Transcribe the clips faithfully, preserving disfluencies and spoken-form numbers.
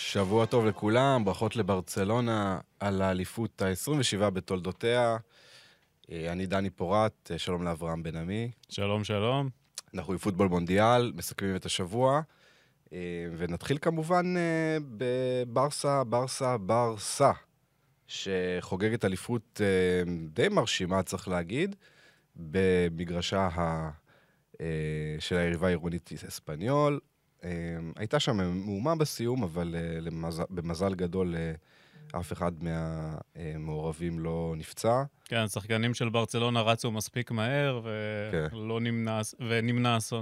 שבוע טוב לכולם, ברכות לברצלונה על האליפות ה-עשרים ושבע בתולדותיה. אני דני פורט, שלום לאברהם בן עמי. שלום, שלום. אנחנו בפוטבול מונדיאל, מסכמים את השבוע, ונתחיל כמובן בברסה, ברסה, ברסה, שחוגגת אליפות די מרשימה, צריך להגיד, במגרשה של היריבה העירונית אספניול. הייתה שם מהומה בסיום, אבל במזל גדול אף אחד מהמעורבים לא נפצע. כן, שחקנים של ברצלונה רצו מספיק מהר, ולא נמנע, ונמנע אסון.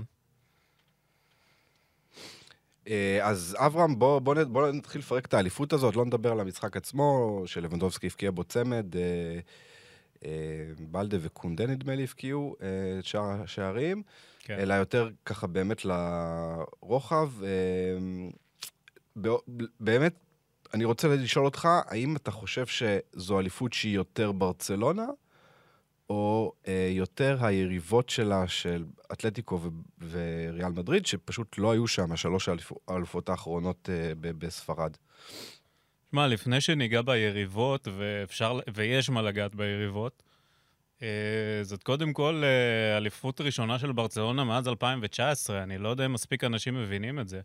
אז אברהם, בוא, בוא, בוא נתחיל לפרק את האליפות הזאת, לא נדבר על המשחק עצמו, שלבנדובסקי הפקיע בו צמד, בלדה וקונדה נדמה לי הפקיעו את שאר השערים, כן. אלא יותר ככה באמת לרוחב. באמת, אני רוצה לשאול אותך, האם אתה חושב שזו אליפות שהיא יותר ברצלונה, או יותר היריבות שלה של אתלטיקו וריאל מדריד, שפשוט לא היו שם השלוש האלופות האחרונות בספרד? שמע, לפני שניגע ביריבות, ואפשר, ויש מה לגעת ביריבות, זאת קודם כל אליפות ראשונה של ברצלונה מאז אלפיים תשע עשרה, אני לא יודע אם מספיק אנשים מבינים את זה.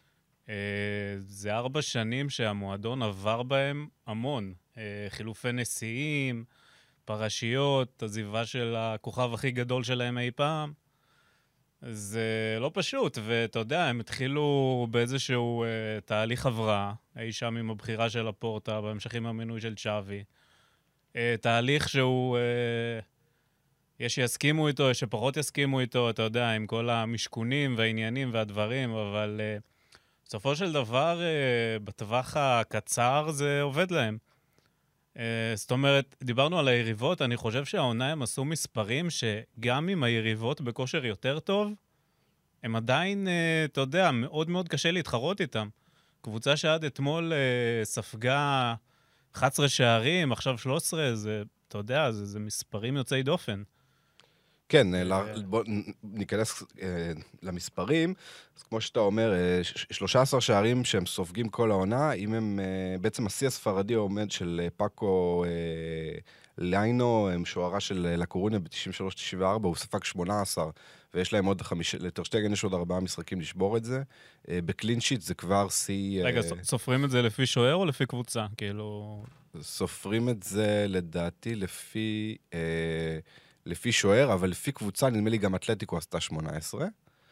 זה ארבע שנים שהמועדון עבר בהם המון. חילופי נשיאים, פרשיות, עזיבה של הכוכב הכי גדול שלהם אי פעם. זה לא פשוט, ואתה יודע, הם התחילו באיזשהו uh, תהליך עברה, אי שם עם הבחירה של הפורטה, בהמשך עם המינוי של צ'אבי. Uh, תהליך שהוא, uh, יש שיסכימו איתו, יש שפחות יסכימו איתו, אתה יודע, עם כל המשכונים והעניינים והדברים, אבל uh, בסופו של דבר, uh, בטווח הקצר זה עובד להם. Uh, זאת אומרת, דיברנו על היריבות, אני חושב שהעונה הם עשו מספרים שגם עם היריבות בכושר יותר טוב, הם עדיין, uh, אתה יודע, מאוד מאוד קשה להתחרות איתם. קבוצה שעד אתמול uh, ספגה אחת עשרה שערים, עכשיו שלוש עשרה, זה, אתה יודע, זה, זה מספרים יוצאי דופן. כן, בוא ניכנס למספרים. אז כמו שאתה אומר, שלושה עשר שערים שהם סופגים כל העונה, אם הם, בעצם השיא הספרדי העומד של פאקו ליינו, הם שוערה של לקורוניה ב-תשעים ושלוש תשעים וארבע, הוא ספג שמונה עשרה, ויש להם עוד חמישה, לטרשטגן יש עוד ארבעה משחקים לשבור את זה. בקלינשיט זה כבר שיא... רגע, סופרים את זה לפי שוער או לפי קבוצה? כאילו... סופרים את זה לדעתי לפי... לפי שוער, אבל לפי קבוצה, נדמה לי גם אתלטיקו עשתה שמונה עשרה.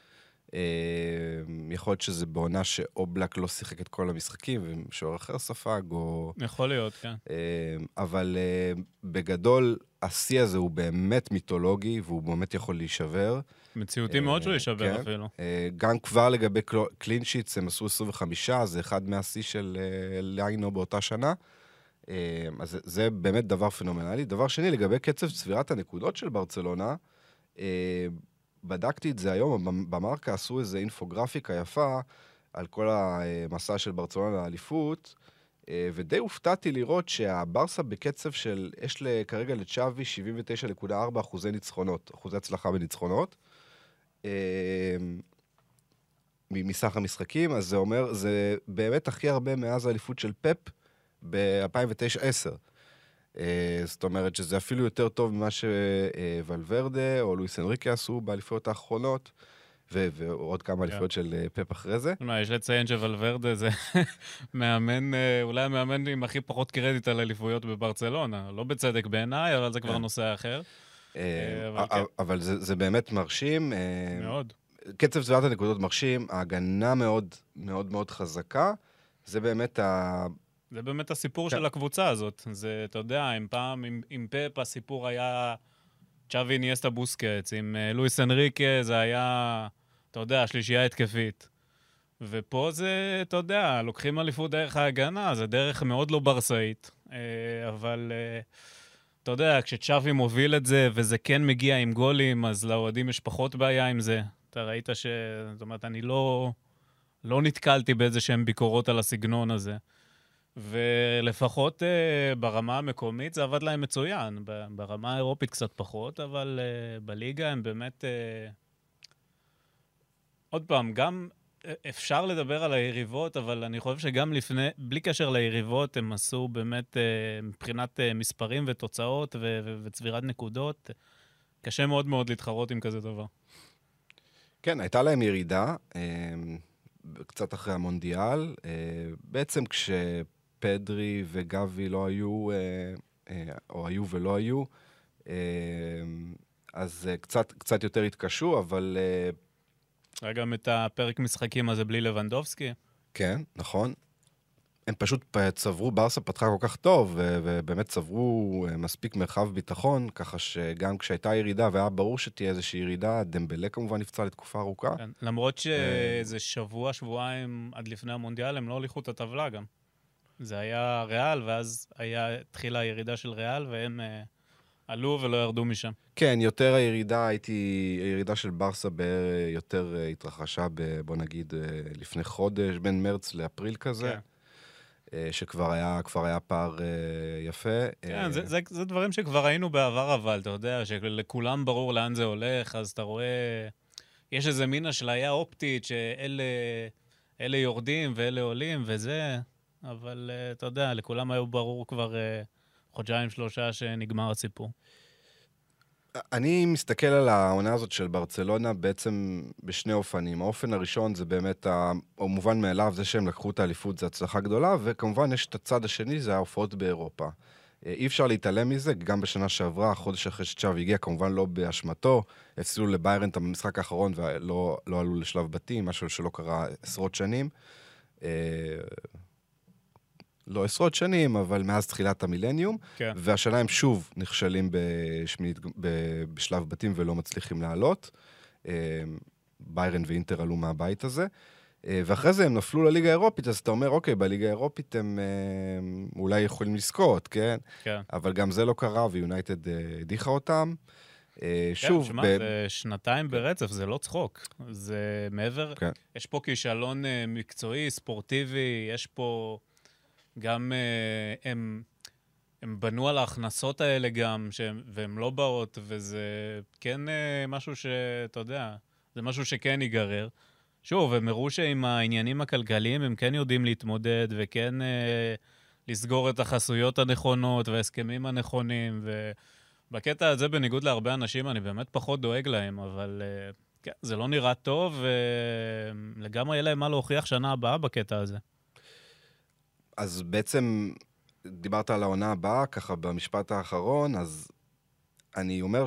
יכול להיות שזה בעונה שאובלק לא שיחק את כל המשחקים, ושוער אחר ספג, או... יכול להיות, כן. אבל בגדול, השיא הזה הוא באמת מיתולוגי, והוא באמת יכול להישבר. מציאותי מאוד שהוא יישבר אפילו. גם כבר לגבי קלינשיטס, הם עשו עשרים וחמש, זה אחד מהשיא של ליינו באותה שנה. אז זה באמת דבר פנומנלי. דבר שני, לגבי קצב צבירת הנקודות של ברצלונה, בדקתי את זה היום, במרקה עשו איזו אינפוגרפיקה יפה על כל המסע של ברצלונה לאליפות, ודי הופתעתי לראות שהברסה בקצב של, יש כרגע לצ'אבי שבעים ותשע נקודה ארבע אחוזי ניצחונות, אחוזי הצלחה בניצחונות, מסך המשחקים, אז זה אומר, זה באמת הכי הרבה מאז האליפות של פפ, ב-אלפיים תשע עשר. זאת אומרת שזה אפילו יותר טוב ממה שוולברדה או לואיס אנריקה עשו באליפויות האחרונות, ועוד כמה אליפויות של פפ אחרי זה. יש לציין שוולברדה זה מאמן, אולי המאמן עם הכי פחות קרדיט על אליפויות בברצלונה. לא בצדק בעיניי, אבל זה כבר נושא אחר. אבל זה באמת מרשים. מאוד. קצב צבירת הנקודות מרשים, ההגנה מאוד מאוד מאוד חזקה. זה באמת ה... זה באמת הסיפור של הקבוצה הזאת. זה, אתה יודע, עם פעם, עם, עם פפ, הסיפור היה צ'אבי ניאסטה בוסקץ, עם לואיס אנריקה זה היה, אתה יודע, שלישייה התקפית. ופה זה, אתה יודע, לוקחים אליפות דרך ההגנה, זה דרך מאוד לא ברסאית. אבל, אתה יודע, כשצ'אבי מוביל את זה, וזה כן מגיע עם גולים, אז לאוהדים יש פחות בעיה עם זה. אתה ראית ש... זאת אומרת, אני לא, לא נתקלתי באיזה שהם ביקורות על הסגנון הזה. ולפחות uh, ברמה המקומית זה עבד להם מצוין, ברמה האירופית קצת פחות, אבל uh, בליגה הם באמת... Uh... עוד פעם, גם אפשר לדבר על היריבות, אבל אני חושב שגם לפני, בלי קשר ליריבות, הם עשו באמת, מבחינת מספרים ותוצאות ו- ו- וצבירת נקודות, קשה מאוד מאוד להתחרות עם כזה דבר. כן, הייתה להם ירידה, קצת אחרי המונדיאל. בעצם כשפדרי וגבי לא היו, או היו ולא היו, אז קצת, קצת יותר התקשו, אבל... היה גם את הפרק משחקים הזה בלי לבנדובסקי. כן, נכון. הם פשוט צברו, ברסה פתחה כל כך טוב, ובאמת צברו מספיק מרחב ביטחון, ככה שגם כשהייתה ירידה, והיה ברור שתהיה איזושהי ירידה, דמבלה כמובן נפצע לתקופה ארוכה. כן, למרות שזה שבוע, שבועיים עד לפני המונדיאל, הם לא הוליכו את הטבלה גם. זה היה ריאל, ואז היה, התחילה הירידה של ריאל, והם עלו ולא ירדו משם. כן, יותר הירידה, הייתי, הירידה של ברסה יותר התרחשה, בוא נגיד, לפני חודש, בין מרץ לאפריל כזה. כן. שכבר היה, כבר היה פער יפה. כן, זה, זה, זה דברים שכבר ראינו בעבר, אבל אתה יודע, שלכולם ברור לאן זה הולך, אז אתה רואה, יש איזה מין אשליה אופטית שאלה אלה יורדים ואלה עולים וזה, אבל אתה יודע, לכולם היו ברור כבר חודשיים שלושה שנגמר הסיפור. אני מסתכל על העונה הזאת של ברצלונה בעצם בשני אופנים. האופן הראשון זה באמת, המובן מאליו, זה שהם לקחו את האליפות, זה הצלחה גדולה, וכמובן יש את הצד השני, זה ההופעות באירופה. אי אפשר להתעלם מזה, גם בשנה שעברה, חודש אחרי שצ'אבי הגיע, כמובן לא באשמתו, הפסידו לביירן את המשחק האחרון ולא לא עלו לשלב בתים, משהו שלא קרה עשרות שנים. לא עשרות שנים, אבל מאז תחילת המילניום, כן. והשנה הם שוב נכשלים בשמינית, בשלב בתים ולא מצליחים לעלות. ביירן ואינטר עלו מהבית הזה, ואחרי זה הם נפלו לליגה האירופית, אז אתה אומר, אוקיי, בליגה האירופית הם אולי יכולים לזכות, כן? כן. אבל גם זה לא קרה, ויונייטד הדיחה אותם. שוב, כן, שמה, ב... זה שנתיים ברצף, זה לא צחוק. זה מעבר, כן. יש פה כישלון מקצועי, ספורטיבי, יש פה... גם uh, הם, הם בנו על ההכנסות האלה גם, שהם, והם לא באות, וזה כן uh, משהו שאתה יודע, זה משהו שכן ייגרר. שוב, הם הראו שעם העניינים הכלכליים הם כן יודעים להתמודד, וכן uh, לסגור את החסויות הנכונות וההסכמים הנכונים, ובקטע הזה, בניגוד להרבה אנשים, אני באמת פחות דואג להם, אבל uh, כן, זה לא נראה טוב, ולגמרי יהיה להם מה להוכיח שנה הבאה בקטע הזה. אז בעצם דיברת על העונה הבאה, ככה במשפט האחרון, אז אני אומר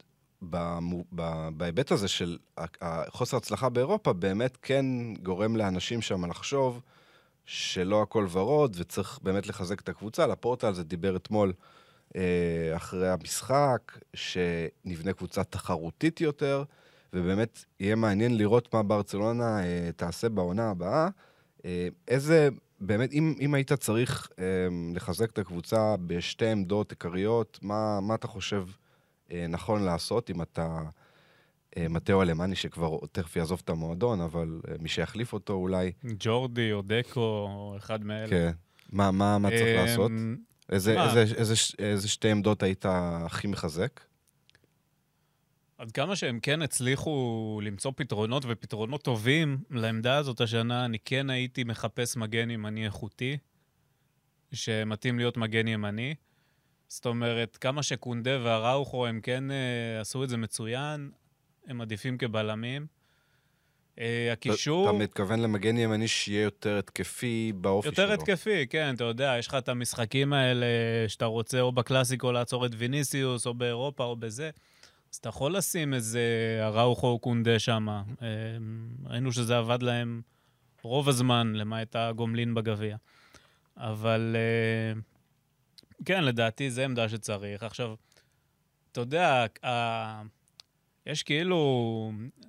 שבהיבט הזה של חוסר הצלחה באירופה, באמת כן גורם לאנשים שם לחשוב שלא הכל ורוד, וצריך באמת לחזק את הקבוצה. לפורטה על זה דיבר אתמול אחרי המשחק, שנבנה קבוצה תחרותית יותר, ובאמת יהיה מעניין לראות מה ברצלונה תעשה בעונה הבאה. איזה... באמת, אם, אם היית צריך אה, לחזק את הקבוצה בשתי עמדות עיקריות, מה, מה אתה חושב אה, נכון לעשות אם אתה אה, מתאו אלמני שכבר תכף יעזוב את המועדון, אבל אה, מי שיחליף אותו אולי... ג'ורדי או דקו או אחד מאלה. כן. מה, מה, מה צריך אה, לעשות? איזה, מה? איזה, איזה, איזה שתי עמדות היית הכי מחזק? עד כמה שהם כן הצליחו למצוא פתרונות ופתרונות טובים לעמדה הזאת השנה, אני כן הייתי מחפש מגן ימני איכותי, שמתאים להיות מגן ימני. זאת אומרת, כמה שקונדה והראוכו הם כן uh, עשו את זה מצוין, הם עדיפים כבלמים. Uh, הקישור... אתה מתכוון למגן ימני שיהיה יותר התקפי באופי יותר שלו. יותר התקפי, כן, אתה יודע, יש לך את המשחקים האלה שאתה רוצה או בקלאסיקו לעצור את ויניסיוס, או באירופה, או בזה. אז אתה יכול לשים איזה הראוכו או קונדה שם. ראינו שזה עבד להם רוב הזמן, למעט הגומלין בגביע. אבל כן, לדעתי זה עמדה שצריך. עכשיו, אתה יודע, יש כאילו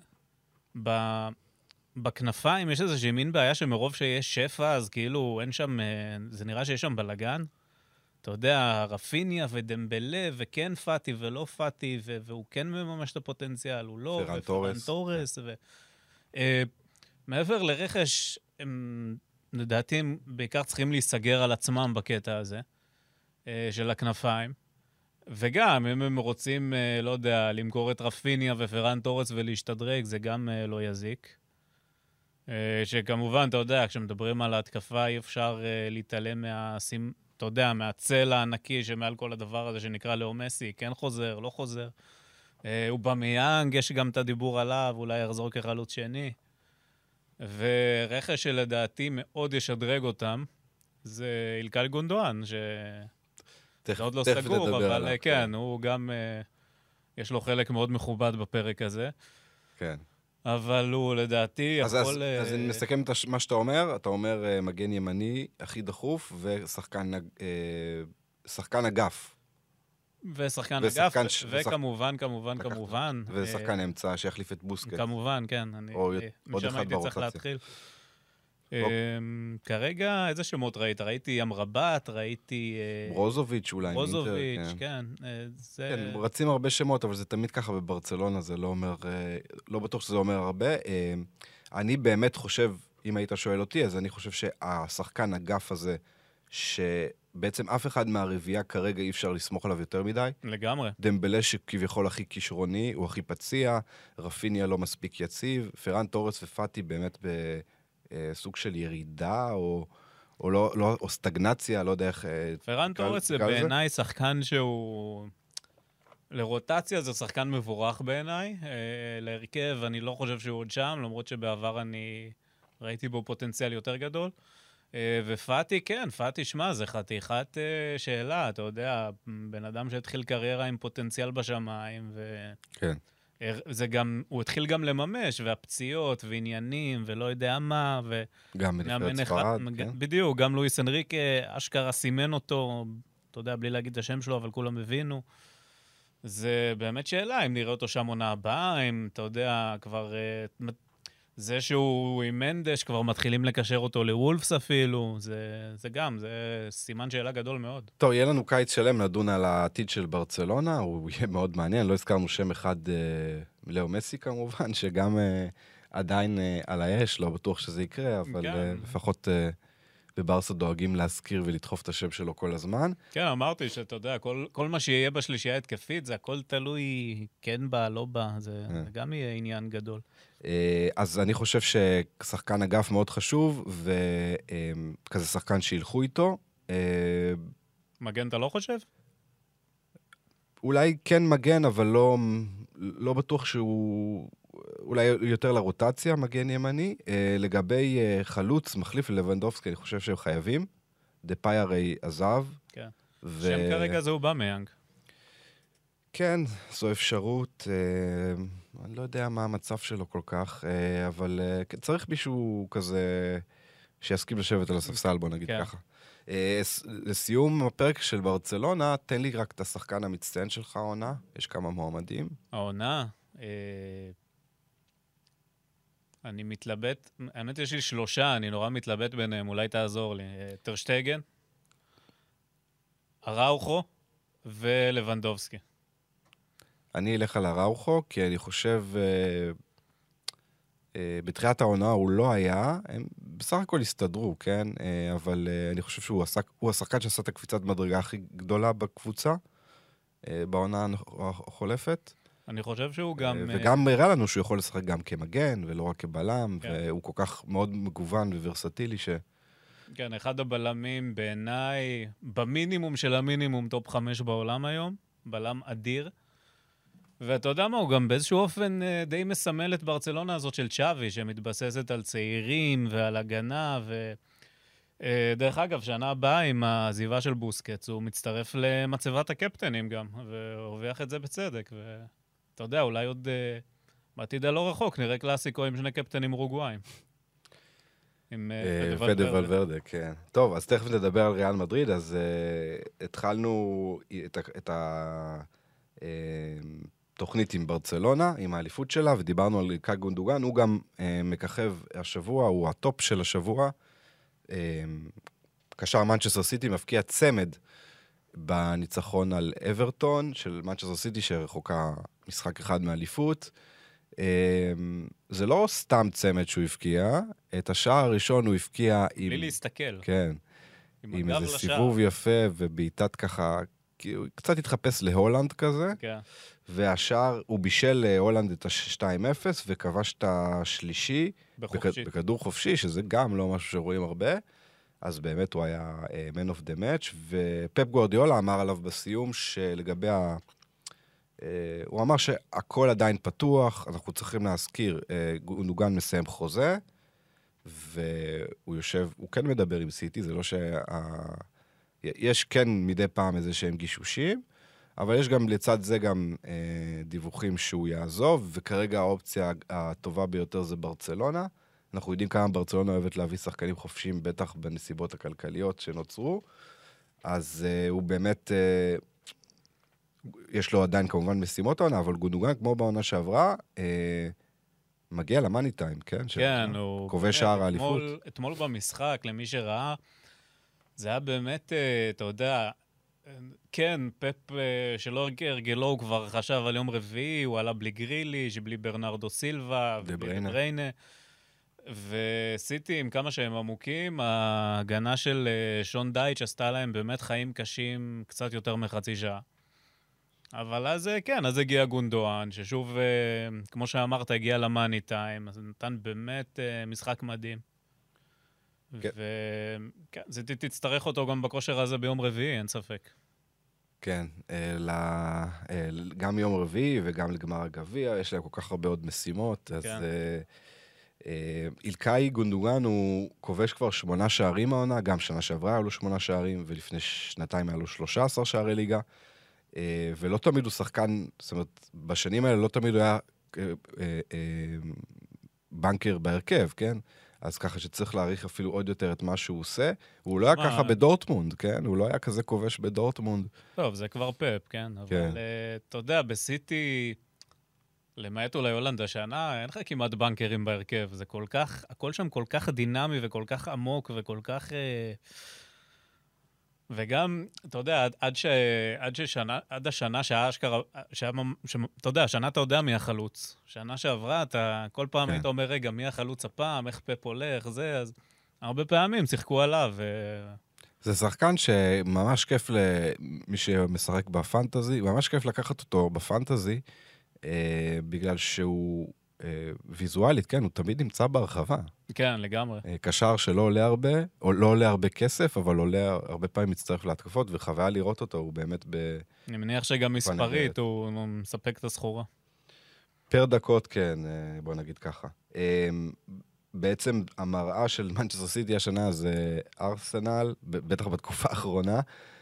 בכנפיים יש איזושהי מין בעיה שמרוב שיש שפע, אז כאילו אין שם, זה נראה שיש שם בלגן. אתה יודע, רפיניה ודמבלה, וכן פאטי ולא פאטי, והוא כן מממש את הפוטנציאל, הוא לא, פרן תורס. תורס. ו... Uh, מעבר לרכש, הם, לדעתי, הם בעיקר צריכים להיסגר על עצמם בקטע הזה, uh, של הכנפיים. וגם, אם הם רוצים, uh, לא יודע, למכור את רפיניה ופרן תורס ולהשתדרג, זה גם uh, לא יזיק. שכמובן, אתה יודע, כשמדברים על ההתקפה, אי אפשר להתעלם מהסימ... אתה יודע, מהצלע הענקי שמעל כל הדבר הזה שנקרא לאו מסי, כן חוזר, לא חוזר. אובמיאנג, יש גם את הדיבור עליו, אולי יחזור כחלוץ שני. ורכש שלדעתי מאוד ישדרג אותם, זה אילקאי גונדואן, שזה עוד לא סגור, אבל עליו, כן, כן, הוא גם, יש לו חלק מאוד מכובד בפרק הזה. כן. אבל הוא לדעתי אז, יכול... אז, אז אני מסכם את מה שאתה אומר, אתה אומר מגן ימני הכי דחוף, ושחקן שחקן אגף. ושחקן אגף, ש... וכמובן, כמובן, כמובן. ושחקן אמצע שיחליף את בוסקט. כמובן, כן. או עוד אחד ברוטציה. כרגע, איזה שמות ראית? ראיתי אמרבת, ראיתי... ברוזוביץ' אולי. ברוזוביץ', כן. כן, רצים הרבה שמות, אבל זה תמיד ככה בברצלונה, זה לא אומר... לא בטוח שזה אומר הרבה. אני באמת חושב, אם היית שואל אותי, אז אני חושב שהשחקן אגף הזה, שבעצם אף אחד מהרביעייה כרגע אי אפשר לסמוך עליו יותר מדי. לגמרי. דמבלה שכביכול הכי כישרוני, הוא הכי פציע, רפיניה לא מספיק יציב, פרן טורס ופאטי באמת בסוג של ירידה, או, או, לא, לא, או סטגנציה, לא יודע איך... פרן טורס זה בעיניי שחקן שהוא... לרוטציה זה שחקן מבורך בעיניי. להרכב אני לא חושב שהוא עוד שם, למרות שבעבר אני ראיתי בו פוטנציאל יותר גדול. ופאטי, כן, פאטי, שמה, זה חתיכת שאלה, אתה יודע, בן אדם שהתחיל קריירה עם פוטנציאל בשמיים, ו... כן. זה גם, הוא התחיל גם לממש, והפציעות, ועניינים, ולא יודע מה, ו... גם מנבחרת ספרד, כן. בדיוק, גם לואיס אנריקה, אשכרה סימן אותו, אתה יודע, בלי להגיד את השם שלו, אבל כולם הבינו. זה באמת שאלה, אם נראה אותו שם עונה הבאה, אם, אתה יודע, כבר... זה שהוא עם מנדש, כבר מתחילים לקשר אותו לוולפס אפילו, זה, זה גם, זה סימן שאלה גדול מאוד. טוב, יהיה לנו קיץ שלם לדון על העתיד של ברצלונה, הוא יהיה מאוד מעניין, לא הזכרנו שם אחד, אה, לאו מסי כמובן, שגם אה, עדיין אה, על האש, לא בטוח שזה יקרה, אבל כן. אה, לפחות אה, בברסה דואגים להזכיר ולדחוף את השם שלו כל הזמן. כן, אמרתי שאתה יודע, כל, כל מה שיהיה בשלישייה התקפית, זה הכל תלוי כן בה, לא בה, זה, זה גם יהיה עניין גדול. אז אני חושב ששחקן אגף מאוד חשוב, וכזה שחקן שילכו איתו. מגן אתה לא חושב? אולי כן מגן, אבל לא, לא בטוח שהוא... אולי יותר לרוטציה, מגן ימני. לגבי חלוץ, מחליף ללבנדובסקי, אני חושב שהם חייבים. דפאי הרי עזב. כן. ו... שם כרגע זה אובמיאנג. כן, זו אפשרות, אה, אני לא יודע מה המצב שלו כל כך, אה, אבל אה, צריך מישהו כזה שיסכים לשבת על הספסל, בוא נגיד כן. ככה. אה, לסיום הפרק של ברצלונה, תן לי רק את השחקן המצטיין שלך העונה, יש כמה מועמדים. העונה, אה, אני מתלבט, האמת יש לי שלושה, אני נורא מתלבט ביניהם, אולי תעזור לי. אה, טרשטגן, אראוחו ולבנדובסקי. אני אלך על אראוחו, כי אני חושב, אה, אה, בתחילת העונה הוא לא היה, הם בסך הכל הסתדרו, כן? אה, אבל אה, אני חושב שהוא עסק, הוא השחקן שעשה את הקפיצת מדרגה הכי גדולה בקבוצה, אה, בעונה החולפת. אני חושב שהוא גם... אה, וגם הראה לנו שהוא יכול לשחק גם כמגן, ולא רק כבלם, כן. והוא כל כך מאוד מגוון וורסטילי ש... כן, אחד הבלמים בעיניי, במינימום של המינימום, טופ חמש בעולם היום, בלם אדיר. ואתה יודע מה, הוא גם באיזשהו אופן די מסמל את ברצלונה הזאת של צ'אבי, שמתבססת על צעירים ועל הגנה, ודרך אגב, שנה הבאה עם העזיבה של בוסקץ, הוא מצטרף למצבת הקפטנים גם, והרוויח את זה בצדק, ואתה יודע, אולי עוד בעתיד הלא רחוק, נראה קלאסיקו עם שני קפטנים אורוגוואים. עם פדה ולוורדה, כן. טוב, אז תכף נדבר על ריאל מדריד, אז התחלנו את ה... תוכנית עם ברצלונה, עם האליפות שלה, ודיברנו על אילקאי גונדואן, הוא גם אה, מככב השבוע, הוא הטופ של השבוע. אה, קשר מנצ'סטר סיטי מפקיע צמד בניצחון על אברטון, של מנצ'סטר סיטי שרחוקה משחק אחד מאליפות. אה, זה לא סתם צמד שהוא הפקיע, את השער הראשון הוא הפקיע עם... בלי להסתכל. כן. עם, עם איזה לשער. סיבוב יפה ובעיטת ככה כי הוא קצת התחפש להולנד כזה, כן. והשאר, הוא בישל להולנד את ה-שתיים אפס, וכבש את השלישי, בחופשי. בכ- בכדור חופשי, שזה גם לא משהו שרואים הרבה, אז באמת הוא היה uh, man of the match, ופפ גוארדיולה אמר עליו בסיום שלגבי ה... Uh, הוא אמר שהכל עדיין פתוח, אנחנו צריכים להזכיר, uh, גונדוגן מסיים חוזה, והוא יושב, הוא כן מדבר עם סיטי, זה לא שה... יש כן מדי פעם איזה שהם גישושים, אבל יש גם לצד זה גם אה, דיווחים שהוא יעזוב, וכרגע האופציה הטובה ביותר זה ברצלונה. אנחנו יודעים כמה ברצלונה אוהבת להביא שחקנים חופשיים, בטח בנסיבות הכלכליות שנוצרו, אז אה, הוא באמת, אה, יש לו עדיין כמובן משימות העונה, אבל גונדוגן, כמו בעונה שעברה, אה, מגיע למאני טיים, כן? כן, הוא... כובש שער האליפות. אתמול, אתמול במשחק, למי שראה, זה היה באמת, אתה יודע, כן, פפ שלא הרגלו, הוא כבר חשב על יום רביעי, הוא עלה בלי גריליש, בלי ברנרדו סילבה, ובלי בריינה. וסיטי, עם כמה שהם עמוקים, ההגנה של שון דייץ' עשתה להם באמת חיים קשים קצת יותר מחצי שעה. אבל אז כן, אז הגיע גונדואן, ששוב, כמו שאמרת, הגיע למאני טיים, אז נתן באמת משחק מדהים. כן. וכן, זה תצטרך אותו גם בכושר הזה ביום רביעי, אין ספק. כן, גם יום רביעי וגם לגמר הגביע, יש להם כל כך הרבה עוד משימות, אז אילקאי גונדוגן הוא כובש כבר שמונה שערים העונה, גם שנה שעברה היה לו שמונה שערים, ולפני שנתיים היה לו שלושה עשר שערי ליגה, ולא תמיד הוא שחקן, זאת אומרת, בשנים האלה לא תמיד הוא היה בנקר בהרכב, כן? אז ככה שצריך להעריך אפילו עוד יותר את מה שהוא עושה. הוא לא היה ככה בדורטמונד, כן? הוא לא היה כזה כובש בדורטמונד. טוב, זה כבר פאפ, כן? אבל אתה יודע, בסיטי, למעט אולי הולנד השנה, אין לך כמעט בנקרים בהרכב. זה כל כך, הכל שם כל כך דינמי וכל כך עמוק וכל כך... וגם, אתה יודע, עד, ש, עד, ששנה, עד השנה שהיה אשכרה, שהיה, ש, אתה יודע, השנה אתה יודע מי החלוץ. שנה שעברה, אתה כל פעם כן. היית אומר, רגע, מי החלוץ הפעם, איך פפ הולך, זה, אז הרבה פעמים שיחקו עליו. ו... זה שחקן שממש כיף למי שמשחק בפנטזי, ממש כיף לקחת אותו בפנטזי, אה, בגלל שהוא... ויזואלית, כן, הוא תמיד נמצא ברחבה. כן, לגמרי. קשר שלא עולה הרבה, או לא עולה הרבה כסף, אבל עולה הרבה פעמים מצטרף להתקפות, וחוויה לראות אותו, הוא באמת ב... אני מניח שגם מספרית, הוא מספק את הסחורה. פר דקות, כן, בוא נגיד ככה. בעצם המראה של מנצ'סטר סיטי השנה זה ארסנל, בטח בתקופה האחרונה,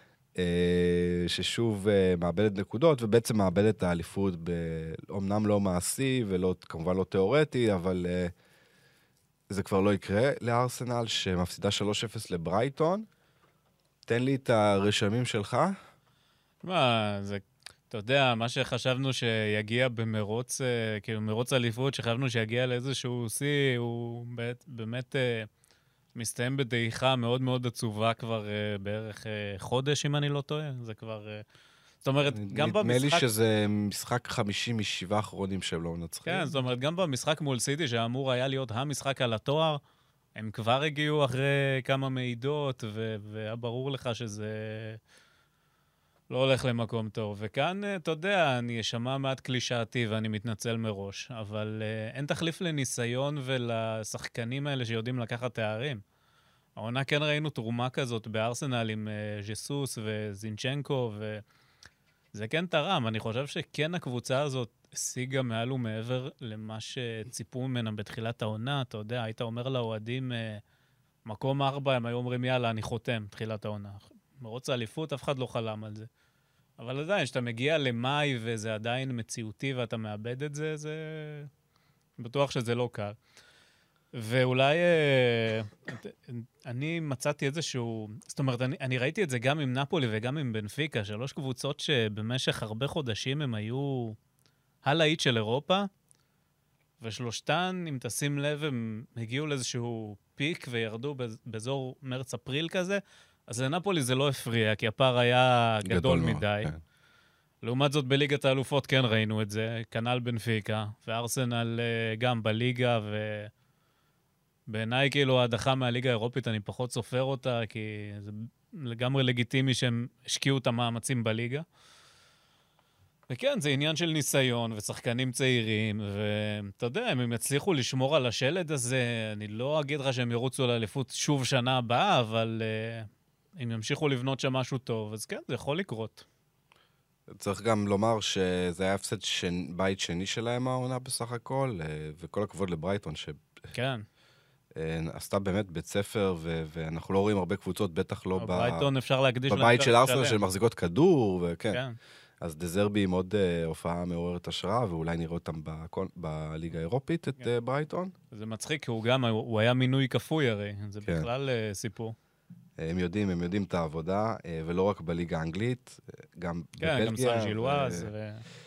ששוב מאבדת נקודות, ובעצם מאבדת את האליפות, אומנם לא מעשי, וכמובן לא תיאורטי, אבל זה כבר לא יקרה לארסנל, שמפסידה שלוש אפס לברייטון. תן לי את הרשמים שלך. מה, זה, אתה יודע, מה שחשבנו שיגיע במרוץ, כאילו מרוץ אליפות, שחשבנו שיגיע לאיזשהו שיא, הוא באמת... מסתיים בדעיכה מאוד מאוד עצובה כבר uh, בערך uh, חודש, אם אני לא טועה. זה כבר... Uh, זאת אומרת, גם במשחק... נדמה לי שזה משחק חמישים משבעה אחרונים שהם לא מנצחים. כן, זאת אומרת, גם במשחק מול סיטי, שאמור היה להיות המשחק על התואר, הם כבר הגיעו אחרי כמה מעידות, ו- והיה ברור לך שזה לא הולך למקום טוב. וכאן, אתה יודע, אני אשמע מעט קלישאתי ואני מתנצל מראש, אבל uh, אין תחליף לניסיון ולשחקנים האלה שיודעים לקחת תארים. העונה כן ראינו תרומה כזאת בארסנל עם uh, ז'סוס וזינצ'נקו, וזה כן תרם. אני חושב שכן הקבוצה הזאת השיגה מעל ומעבר למה שציפו ממנה בתחילת העונה. אתה יודע, היית אומר לאוהדים, uh, מקום ארבע, הם היו אומרים, יאללה, אני חותם, תחילת העונה. מרוץ האליפות, אף אחד לא חלם על זה. אבל עדיין, כשאתה מגיע למאי וזה עדיין מציאותי ואתה מאבד את זה, זה... בטוח שזה לא קל. ואולי אני מצאתי איזשהו... זאת אומרת, אני, אני ראיתי את זה גם עם נפולי וגם עם בנפיקה, שלוש קבוצות שבמשך הרבה חודשים הם היו הלהיט של אירופה, ושלושתן, אם תשים לב, הם הגיעו לאיזשהו פיק וירדו באזור מרץ-אפריל כזה, אז לנפולי זה לא הפריע, כי הפער היה גדול, גדול מדי. כן. לעומת זאת, בליגת האלופות כן ראינו את זה, כנ"ל בנפיקה, וארסנל גם בליגה, ובעיניי כאילו ההדחה מהליגה האירופית, אני פחות סופר אותה, כי זה לגמרי לגיטימי שהם השקיעו את המאמצים בליגה. וכן, זה עניין של ניסיון ושחקנים צעירים, ואתה יודע, אם הם יצליחו לשמור על השלד הזה, אני לא אגיד לך שהם ירוצו לאליפות שוב שנה הבאה, אבל uh, אם ימשיכו לבנות שם משהו טוב, אז כן, זה יכול לקרות. צריך גם לומר שזה היה הפסד שנ... בית שני שלהם העונה בסך הכל, וכל הכבוד לברייטון, ש... כן. עשתה באמת בית ספר, ו... ואנחנו לא רואים הרבה קבוצות, בטח לא ב... ברייטון אפשר להקדיש להם בבית של ארסנל של מחזיקות כדור, וכן. כן. אז דזרבי עם עוד uh, הופעה מעוררת השראה, ואולי נראה אותם בקול... בליגה האירופית, את כן. uh, ברייטון. זה מצחיק, כי הוא גם, הוא היה מינוי כפוי הרי, זה כן. בכלל uh, סיפור. הם יודעים, הם יודעים את העבודה, ולא רק בליגה האנגלית, גם כן, בבלגיה. גם סן ג'ילואז. ו...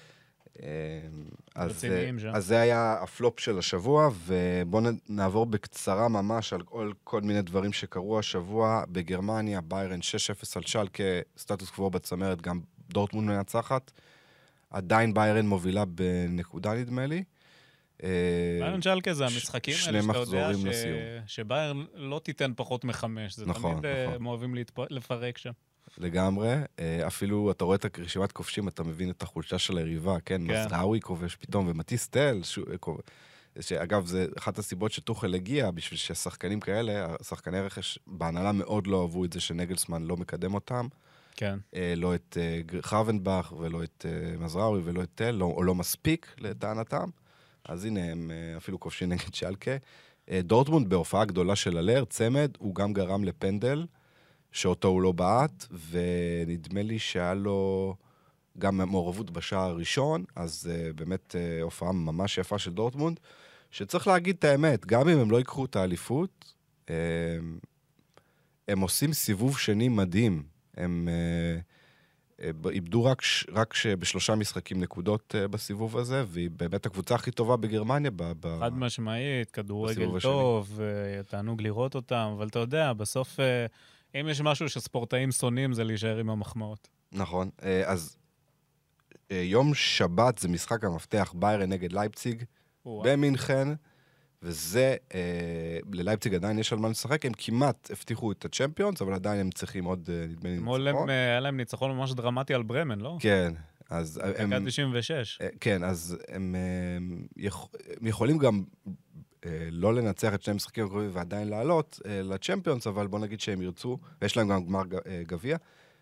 אז, אז זה היה הפלופ של השבוע, ובואו נעבור בקצרה ממש על כל, כל מיני דברים שקרו השבוע. בגרמניה, ביירן שש אפס על שלקה, סטטוס קוו בצמרת, גם דורטמונד מנצחת. עדיין ביירן מובילה בנקודה, נדמה לי. ביירן שלקה זה המשחקים האלה שאתה יודע שביירן לא תיתן פחות מחמש, זה תמיד הם אוהבים לפרק שם. לגמרי, אפילו אתה רואה את רשימת כובשים, אתה מבין את החולשה של היריבה, כן, מזרעוי כובש פתאום, ומטיס טל, שאגב, זה אחת הסיבות שטוחל הגיע, בשביל ששחקנים כאלה, שחקני רכש בהנהלה מאוד לא אהבו את זה שנגלסמן לא מקדם אותם, כן. לא את חרבנבך ולא את מזרעוי ולא את טל, או לא מספיק לטענתם, אז הנה הם אפילו כובשים נגד שלקה. דורטמונד בהופעה גדולה של אלר, צמד, הוא גם גרם לפנדל, שאותו הוא לא בעט, ונדמה לי שהיה לו גם מעורבות בשער הראשון, אז uh, באמת uh, הופעה ממש יפה של דורטמונד, שצריך להגיד את האמת, גם אם הם לא ייקחו את האליפות, uh, הם עושים סיבוב שני מדהים, הם uh, uh, איבדו רק, ש, רק בשלושה משחקים נקודות uh, בסיבוב הזה, והיא באמת הקבוצה הכי טובה בגרמניה. ב, ב, חד משמעית, כדורגל טוב, uh, תענוג לראות אותם, אבל אתה יודע, בסוף... Uh, אם יש משהו שספורטאים שונאים, זה להישאר עם המחמאות. נכון. אז יום שבת זה משחק המפתח ביירן נגד לייפציג במינכן, וזה, ללייפציג עדיין יש על מה לשחק, הם כמעט הבטיחו את הצ'מפיונס, אבל עדיין הם צריכים עוד, נדמה לי, ניצחון. היה להם ניצחון ממש דרמטי על ברמן, לא? כן. אז הם... דקה תשעים ושש. כן, אז הם יכולים גם... לא לנצח את שני משחקים הקרובים ועדיין לעלות לצ'מפיונס, אבל בוא נגיד שהם ירצו, ויש להם גם גמר גביע,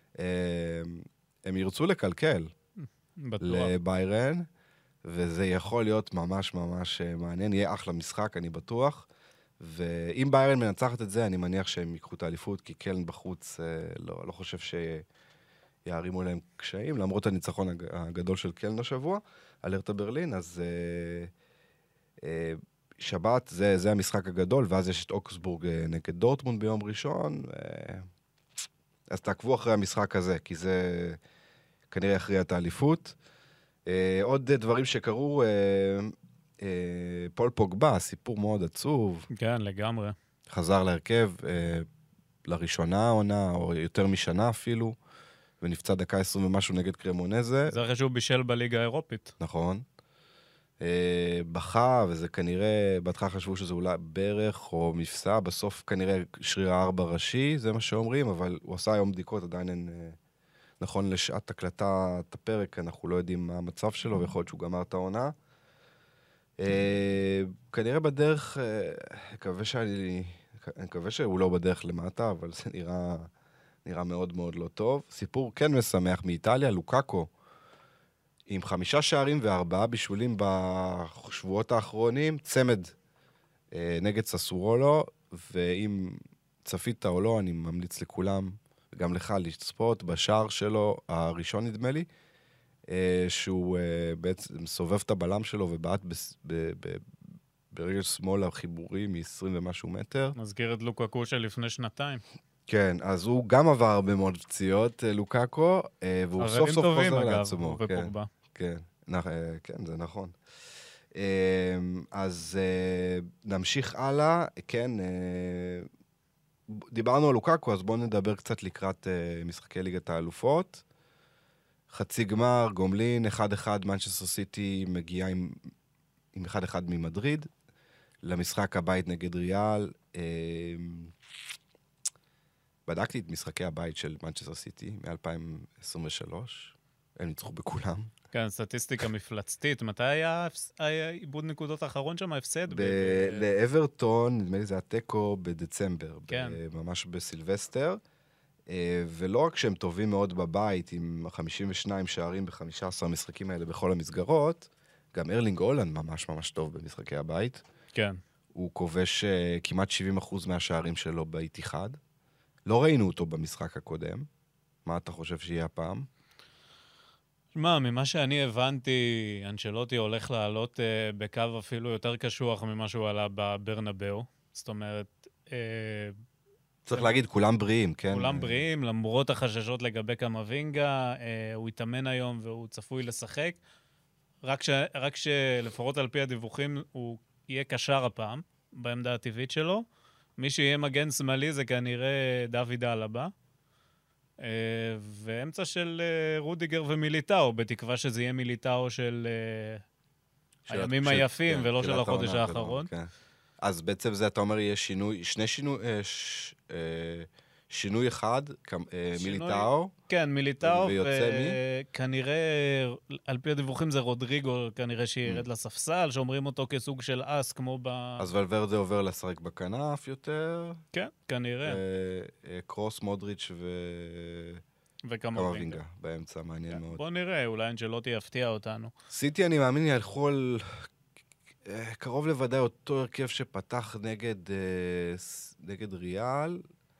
הם ירצו לקלקל לביירן, וזה יכול להיות ממש ממש מעניין, יהיה אחלה משחק, אני בטוח, ואם ביירן מנצחת את זה, אני מניח שהם ייקחו את האליפות, כי קלן בחוץ לא, לא חושב שיערימו להם קשיים, למרות הניצחון הגדול של קלן השבוע, על הרטה ברלין, אז... שבת, זה, זה המשחק הגדול, ואז יש את אוקסבורג נגד דורטמונד ביום ראשון, ו... אז תעקבו אחרי המשחק הזה, כי זה כנראה יכריע את האליפות. עוד דברים שקרו, פול פוגבה, סיפור מאוד עצוב. כן, לגמרי. חזר להרכב לראשונה העונה, או יותר משנה אפילו, ונפצע דקה עשרים ומשהו נגד קרמונזה. זה חשוב בישל בליגה האירופית. נכון. בכה, וזה כנראה, בהתחלה חשבו שזה אולי ברך או מפסע, בסוף כנראה שריר הארבע ראשי, זה מה שאומרים, אבל הוא עשה היום בדיקות, עדיין אין, נכון לשעת הקלטה את הפרק, אנחנו לא יודעים מה המצב שלו, ויכול להיות שהוא גמר את העונה. כנראה בדרך, מקווה שאני, אני מקווה שהוא לא בדרך למטה, אבל זה נראה, נראה מאוד מאוד לא טוב. סיפור כן משמח מאיטליה, לוקאקו, עם חמישה שערים וארבעה בישולים בשבועות האחרונים, צמד אה, נגד ססורולו, ואם צפית או לא, אני ממליץ לכולם, גם לך לצפות בשער שלו, הראשון נדמה לי, אה, שהוא אה, בעצם סובב את הבלם שלו ובעט ב, ב, ב, ברגל שמאל החיבורי מ-עשרים ומשהו מטר. מזכיר את לוקאקו של לפני שנתיים. כן, אז הוא גם עבר הרבה מאוד פציעות, לוקאקו, והוא סוף סוף חוזר לעצמו. כן, כן, כן, זה נכון. אז נמשיך הלאה, כן, דיברנו על לוקאקו, אז בואו נדבר קצת לקראת משחקי ליגת האלופות. חצי גמר, גומלין, אחד אחד, מנצ'סטר סיטי מגיעה עם, עם אחד אחד ממדריד, למשחק הבית נגד ריאל, בדקתי את משחקי הבית של מנצ'סטר סיטי מ-אלפיים עשרים ושלוש, הם ניצחו בכולם. כן, סטטיסטיקה מפלצתית. מתי היה עיבוד נקודות האחרון שם, ההפסד? לאברטון, נדמה לי זה התיקו בדצמבר, כן. ממש בסילבסטר, ולא רק שהם טובים מאוד בבית, עם חמישים ושניים שערים ב-חמישה עשר המשחקים האלה בכל המסגרות, גם ארלינג הולנד ממש ממש טוב במשחקי הבית. כן. הוא כובש כמעט שבעים אחוז מהשערים שלו באיתיחד. לא ראינו אותו במשחק הקודם. מה אתה חושב שיהיה הפעם? מה, ממה שאני הבנתי, אנצ'לוטי הולך לעלות אה, בקו אפילו יותר קשוח ממה שהוא עלה בברנבאו. זאת אומרת... אה, צריך להגיד, כולם בריאים, כן? כולם בריאים, למרות החששות לגבי קמבינגה, אה, הוא יתאמן היום והוא צפוי לשחק. רק, ש, רק שלפחות על פי הדיווחים הוא יהיה קשר הפעם, בעמדה הטבעית שלו. מי שיהיה מגן שמאלי זה כנראה דוד אלבה. Uh, ואמצע של uh, רודיגר ומיליטאו, בתקווה שזה יהיה מיליטאו של, uh, של הימים ש... היפים, כן, ולא של החודש האחרון. כן. אז בעצם זה, אתה אומר, יהיה שינוי, שני שינוי, uh, ש... uh, שינוי אחד, uh, שינוי... מיליטאו. כן, מיליטאו, וכנראה, על פי הדיווחים זה רודריגו, כנראה שירד mm. לספסל, שאומרים אותו כסוג של אס, כמו ב... אז ולוורדה עובר לשחק בכנף יותר. כן, כנראה. Uh, uh, קרוס, מודריץ' ו... וקמבינגה. באמצע, מעניין כן. מאוד. בוא נראה, אולי אנצ'לוטי יפתיע אותנו. סיטי, אני מאמין, ילכו על... קרוב לוודאי אותו הרכב שפתח נגד, נגד ריאל.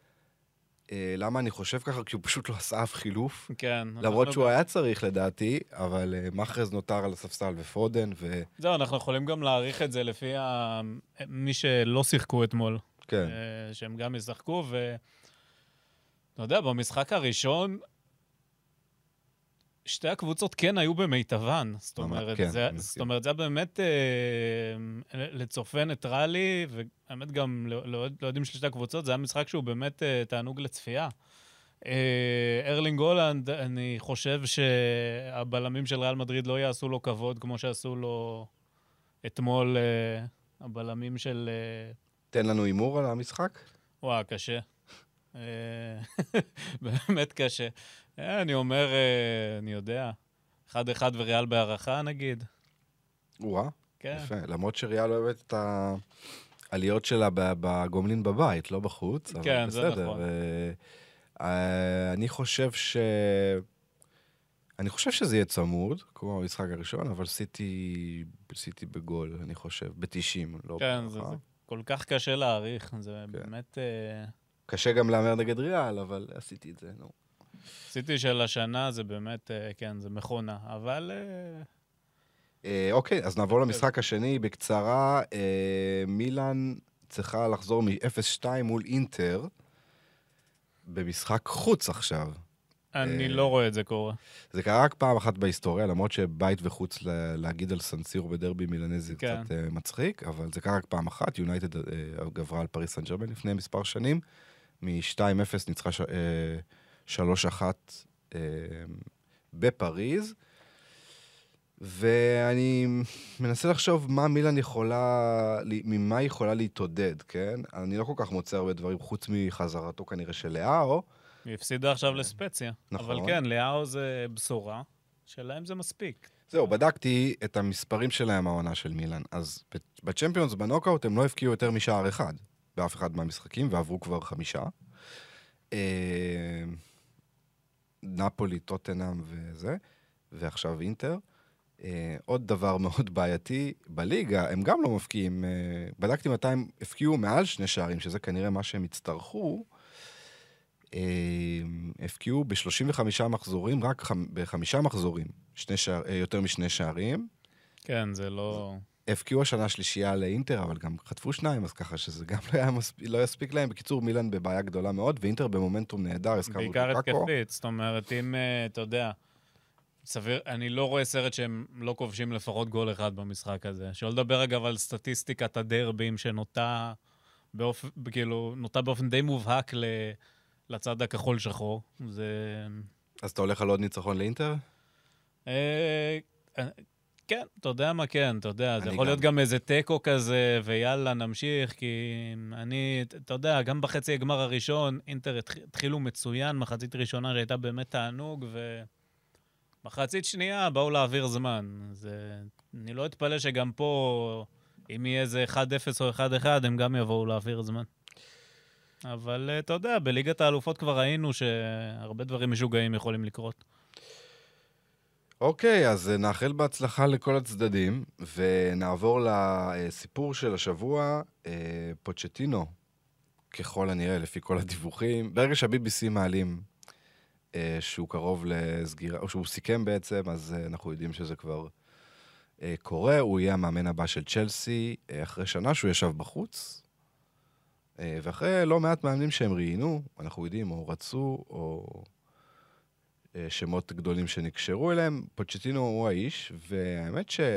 למה אני חושב ככה? כי הוא פשוט לא עשה אף חילוף. כן. למרות שהוא היה צריך לדעתי, אבל מחרז נותר על הספסל ופודן ו... זהו, אנחנו יכולים גם להעריך את זה לפי מי שלא שיחקו אתמול. כן. שהם גם ישחקו, ו... אתה יודע, במשחק הראשון, שתי הקבוצות כן היו במיטבן. זאת אומרת, כן, זה, זאת אומרת, זה היה באמת אה, לצופה ניטרלי, והאמת גם לא, לא, לא יודעים של שתי הקבוצות, זה היה משחק שהוא באמת אה, תענוג לצפייה. אה, ארלינג הולנד, אני חושב שהבלמים של ריאל מדריד לא יעשו לו כבוד, כמו שעשו לו אתמול אה, הבלמים של... אה... תן לנו אימור על המשחק. וואה, קשה. באמת קשה. אני אומר, אני יודע, אחד אחד וריאל בהערכה נגיד. וואה, כן. יפה. למרות שריאל אוהבת את העליות שלה בגומלין בבית, לא בחוץ. כן, זה נכון. אני חושב ש... אני חושב שזה יהיה צמוד, כמו המשחק הראשון, אבל סיטי, סיטי בגול, אני חושב, ב-תשעים, לא כן, זה, זה כל כך קשה להעריך, זה כן. באמת... קשה גם לאמר נגד ריאל, אבל עשיתי את זה, נו. עשיתי של השנה, זה באמת, כן, זה מכונה, אבל... אוקיי, אז נעבור למשחק השני בקצרה. מילאן צריכה לחזור מ-אפס שתיים מול אינטר, במשחק חוץ עכשיו. אני לא רואה את זה קורה. זה קרה רק פעם אחת בהיסטוריה, למרות שבית וחוץ להגיד על סנסירו בדרבי מילאנזי קצת מצחיק, אבל זה קרה רק פעם אחת. יונייטד גברה על פריס סן ז'רמן לפני מספר שנים, מ-שתיים אפס ניצחה שלוש אחת בפריז, ואני מנסה לחשוב מה מילאן יכולה, ממה יכולה להתעודד, כן? אני לא כל כך מוצא הרבה דברים, חוץ מחזרתו כנראה של לאו. היא הפסידה עכשיו לספציה. נכון. אבל כן, לאו זה בשורה, שלהם זה מספיק. זהו, בדקתי את המספרים שלהם העונה של מילאן. אז בצ'מפיונס, בנוקאוט, הם לא הפקיעו יותר משער אחד, באף אחד מהמשחקים, ועברו כבר חמישה. נפולי, טוטנהאם וזה, ועכשיו אינטר. עוד דבר מאוד בעייתי, בליגה, הם גם לא מפקיעים, בדקתי מתי הם הפקיעו מעל שני שערים, שזה כנראה מה שהם הצטרכו, הפקיעו ב-שלושים וחמישה מחזורים, רק בחמישה מחזורים, שני שער, יותר משני שערים. כן, זה לא... הפקיעו השנה שלישייה לאינטר, אבל גם חטפו שניים, אז ככה שזה גם לא, מספיק, לא יספיק להם. בקיצור, מילאן בבעיה גדולה מאוד, ואינטר במומנטום נהדר, הזכרנו את בעיקר התקפית, זאת אומרת, אם, אתה יודע, סביר, אני לא רואה סרט שהם לא כובשים לפחות גול אחד במשחק הזה. שלא לדבר אגב על סטטיסטיקת הדרבים שנוטה באופן, כאילו, נוטה באופן די מובהק ל... לצד הכחול שחור. זה... אז אתה הולך על עוד ניצחון לאינטר? כן, אתה יודע מה כן, אתה יודע, זה אני יכול גם. להיות גם איזה טקו כזה, ויאללה, נמשיך, כי אני, אתה יודע, גם בחצי הגמר הראשון, אינטר התח- התחילו מצוין, מחצית ראשונה שהייתה באמת תענוג, ומחצית שנייה באו להעביר זמן. זה, אני לא אתפלא שגם פה, אם יהיה איזה אחד אפס או אחד אחד, הם גם יבואו להעביר זמן. אבל אתה יודע, בליגת האלופות כבר ראינו שהרבה דברים משוגעים יכולים לקרות. אוקיי, אז אה, נאחל בהצלחה לכל הצדדים, ונעבור לסיפור של השבוע, אה, פוצ'טינו, ככל הנראה, לפי כל הדיווחים. ברגע שה-בי בי סי מעלים אה, שהוא קרוב לסגירה, או שהוא סיכם בעצם, אז אה, אנחנו יודעים שזה כבר אה, קורה. הוא יהיה המאמן הבא של צ'לסי, אה, אחרי שנה שהוא ישב בחוץ, אה, ואחרי לא מעט מאמנים שהם ראיינו, אנחנו יודעים, או רצו, או אה, שמות גדולים שנקשרו אליהם. פוצ'טינו הוא האיש, והאמת ש...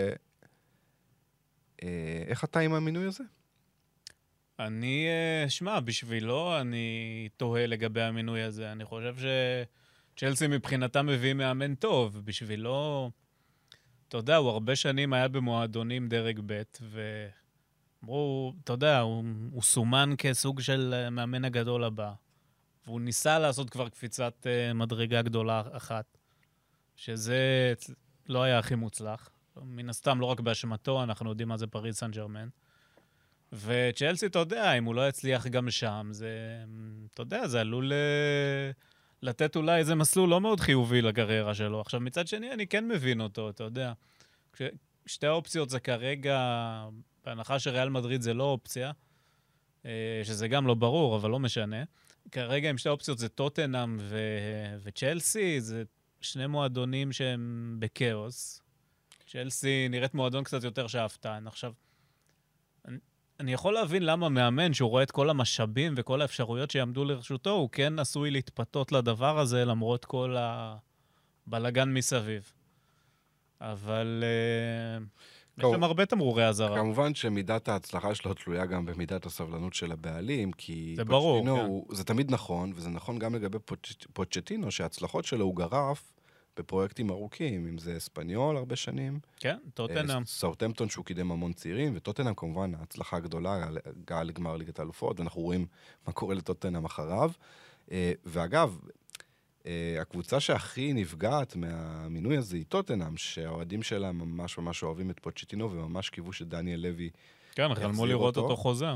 אה, איך אתה עם המינוי הזה? אני, אה, שמע, בשבילו אני תוהה לגבי המינוי הזה. אני חושב שצ'לסי מבחינתה מביא מאמן טוב. בשבילו, אתה יודע, הוא הרבה שנים היה במועדונים דרג ב' ואמרו, אתה יודע, הוא, הוא סומן כסוג של אה, מאמן הגדול הבא. והוא ניסה לעשות כבר קפיצת אה, מדרגה גדולה אחת, שזה לא היה הכי מוצלח. מן הסתם, לא רק באשמתו, אנחנו יודעים מה זה פריז סן ז'רמן. וצ'לסי, אתה יודע, אם הוא לא יצליח גם שם, זה, אתה יודע, זה עלול אה, לתת אולי איזה מסלול לא מאוד חיובי לקריירה שלו. עכשיו, מצד שני, אני כן מבין אותו, אתה יודע. כש, שתי האופציות זה כרגע, בהנחה שריאל מדריד זה לא אופציה, אה, שזה גם לא ברור, אבל לא משנה. כרגע עם שתי האופציות זה טוטנהאם ו, וצ'לסי, זה שני מועדונים שהם בכאוס. צ'לסי נראית מועדון קצת יותר שאפתן. עכשיו, אני יכול להבין למה מאמן, שהוא רואה את כל המשאבים וכל האפשרויות שיעמדו לרשותו, הוא כן עשוי להתפתות לדבר הזה, למרות כל הבלגן מסביב. אבל יש שם הרבה תמרורי הזרה. כמובן שמידת ההצלחה שלו תלויה גם במידת הסבלנות של הבעלים, כי זה ברור, כן. הוא, זה תמיד נכון, וזה נכון גם לגבי פוצ'טינו, שההצלחות שלו הוא גרף בפרויקטים ארוכים, אם זה אספניול הרבה שנים. כן, טוטנהאם. סאות'המפטון שהוא קידם המון צעירים, וטוטנהאם כמובן ההצלחה הגדולה, הגעה לגמר ליגת האלופות, ואנחנו רואים מה קורה לטוטנהאם אחריו. ואגב, הקבוצה שהכי נפגעת מהמינוי הזה היא טוטנהאם, שהאוהדים שלה ממש ממש אוהבים את פוצ'טינו, וממש קיוו שדניאל לוי כן, חלמו לראות אותו חוזר.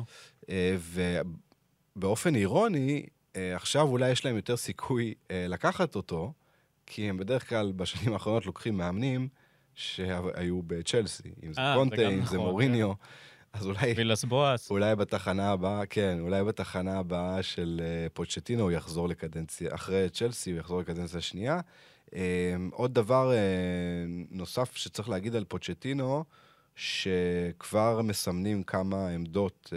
ובאופן אירוני, עכשיו אולי יש להם יותר סיכוי לקחת אותו, כי הם בדרך כלל בשנים האחרונות לוקחים מאמנים שהיו בצ'לסי, אם זה קונטה, אם זה מוריניו, אז אולי... וילס בואס. אולי בתחנה הבאה, כן, אולי בתחנה הבאה של פוצ'טינו הוא יחזור לקדנציה, אחרי צ'לסי הוא יחזור לקדנציה השנייה. עוד דבר נוסף שצריך להגיד על פוצ'טינו, שכבר מסמנים כמה עמדות,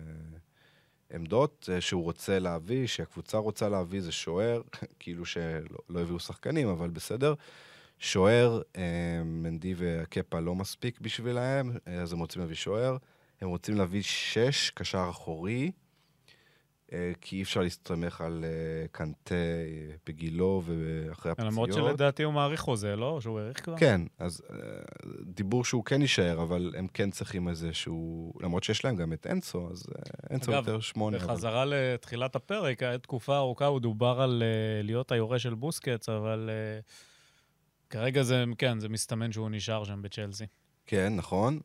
עמדות שהוא רוצה להביא, שהקבוצה רוצה להביא, זה שוער, כאילו שלא לא הביאו שחקנים, אבל בסדר. שוער, מנדי והקפה לא מספיק בשבילהם, אז הם רוצים להביא שוער. הם רוצים להביא שש, קשר אחורי, כי אי אפשר להסתמך על קנטה בגילו ואחרי הפציעות. למרות שלדעתי הוא מעריך חוזה, לא? שהוא העריך כבר? כן, אז דיבור שהוא כן יישאר, אבל הם כן צריכים איזה שהוא... למרות שיש להם גם את אנסו, אז אנסו יותר שמונה. אגב, בחזרה לתחילת הפרק, הייתה תקופה ארוכה, הוא דובר על להיות היורש של בוסקץ, אבל כרגע זה, כן, זה מסתמן שהוא נשאר שם בצ'לסי. כן, נכון,